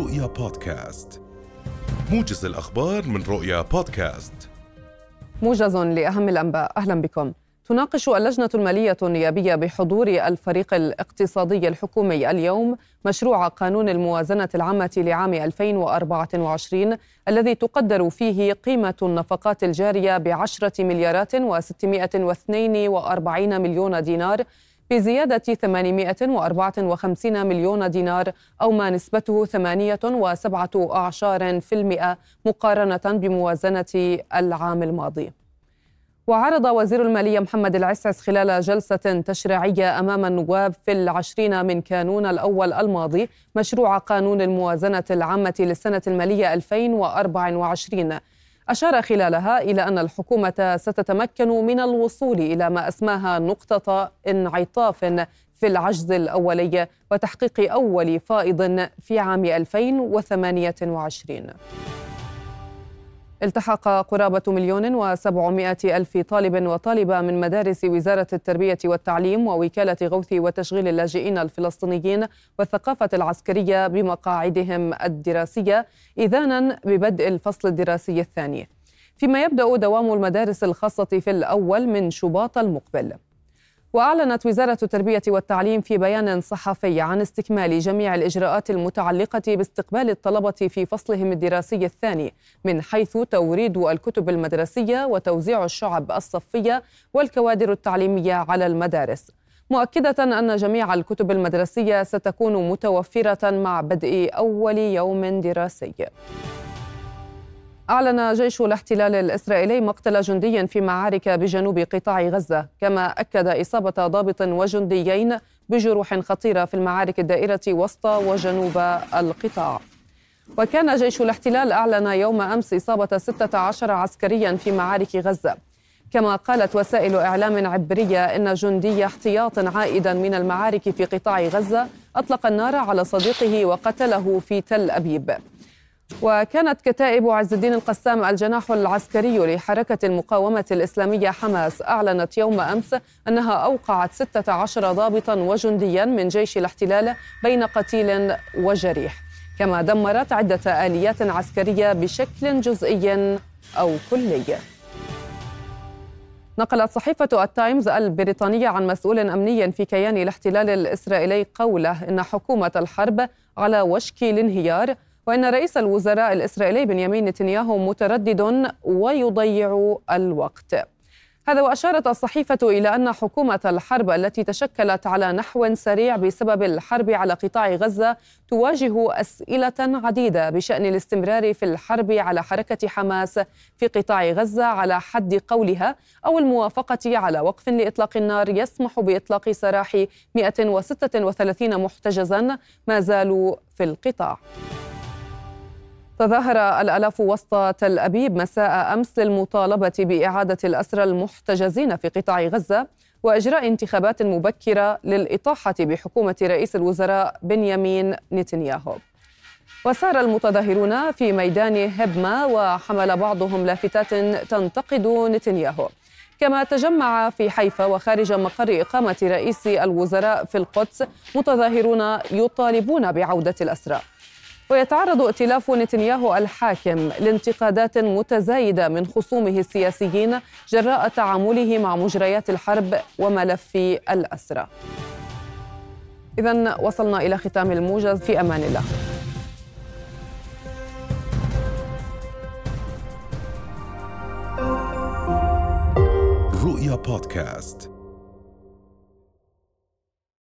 رؤيا بودكاست، موجز الأخبار من رؤيا بودكاست. موجز لأهم الأنباء. أهلا بكم. تناقش اللجنة المالية النيابية بحضور الفريق الاقتصادي الحكومي اليوم مشروع قانون الموازنة العامة لعام 2024 الذي تقدر فيه قيمة النفقات الجارية ب10 مليارات و642 مليون دينار بزيادة 854 مليون دينار أو ما نسبته 8.17% مقارنة بموازنة العام الماضي. وعرض وزير المالية محمد العسعس خلال جلسة تشريعية أمام النواب في 20 من كانون الأول الماضي مشروع قانون الموازنة العامة للسنة المالية 2024. أشار خلالها إلى أن الحكومة ستتمكن من الوصول إلى ما أسماها نقطة انعطاف في العجز الأولي وتحقيق أول فائض في عام 2028. التحق قرابة 1,700,000 طالب وطالبة من مدارس وزارة التربية والتعليم ووكالة غوث وتشغيل اللاجئين الفلسطينيين والثقافة العسكرية بمقاعدهم الدراسية إذانا ببدء الفصل الدراسي الثاني، فيما يبدأ دوام المدارس الخاصة في الأول من شباط المقبل. وأعلنت وزارة التربية والتعليم في بيان صحفي عن استكمال جميع الإجراءات المتعلقة باستقبال الطلبة في فصلهم الدراسي الثاني، من حيث توريد الكتب المدرسية وتوزيع الشعب الصفية والكوادر التعليمية على المدارس، مؤكدة أن جميع الكتب المدرسية ستكون متوفرة مع بدء أول يوم دراسي. أعلن جيش الاحتلال الإسرائيلي مقتل جندي في معارك بجنوب قطاع غزة، كما أكد إصابة ضابط وجنديين بجروح خطيرة في المعارك الدائرة وسط وجنوب القطاع. وكان جيش الاحتلال أعلن يوم أمس إصابة 16 عسكريا في معارك غزة. كما قالت وسائل إعلام عبرية إن جندي احتياط عائدا من المعارك في قطاع غزة أطلق النار على صديقه وقتله في تل أبيب. وكانت كتائب عز الدين القسام الجناح العسكري لحركة المقاومة الإسلامية حماس أعلنت يوم أمس أنها أوقعت 16 ضابطا وجنديا من جيش الاحتلال بين قتيل وجريح، كما دمرت عدة آليات عسكرية بشكل جزئي أو كلي. نقلت صحيفة التايمز البريطانية عن مسؤول أمني في كيان الاحتلال الإسرائيلي قوله إن حكومة الحرب على وشك الانهيار، وإن رئيس الوزراء الإسرائيلي بنيامين نتنياهو متردد ويضيع الوقت. هذا وأشارت الصحيفة إلى أن حكومة الحرب التي تشكلت على نحو سريع بسبب الحرب على قطاع غزة تواجه أسئلة عديدة بشأن الاستمرار في الحرب على حركة حماس في قطاع غزة على حد قولها، أو الموافقة على وقف لإطلاق النار يسمح بإطلاق سراح 136 محتجزا ما زالوا في القطاع. تظاهر الآلاف وسط تل أبيب مساء أمس للمطالبة بإعادة الأسرى المحتجزين في قطاع غزة وإجراء انتخابات مبكرة للإطاحة بحكومة رئيس الوزراء بنيامين نتنياهو. وسار المتظاهرون في ميدان هبمة وحمل بعضهم لافتات تنتقد نتنياهو، كما تجمع في حيفا وخارج مقر إقامة رئيس الوزراء في القدس متظاهرون يطالبون بعودة الأسرى. ويتعرض ائتلاف نتنياهو الحاكم لانتقادات متزايدة من خصومه السياسيين جراء تعامله مع مجريات الحرب وملف الأسرى. إذن وصلنا إلى ختام الموجز، في أمان الله. رؤيا بودكاست.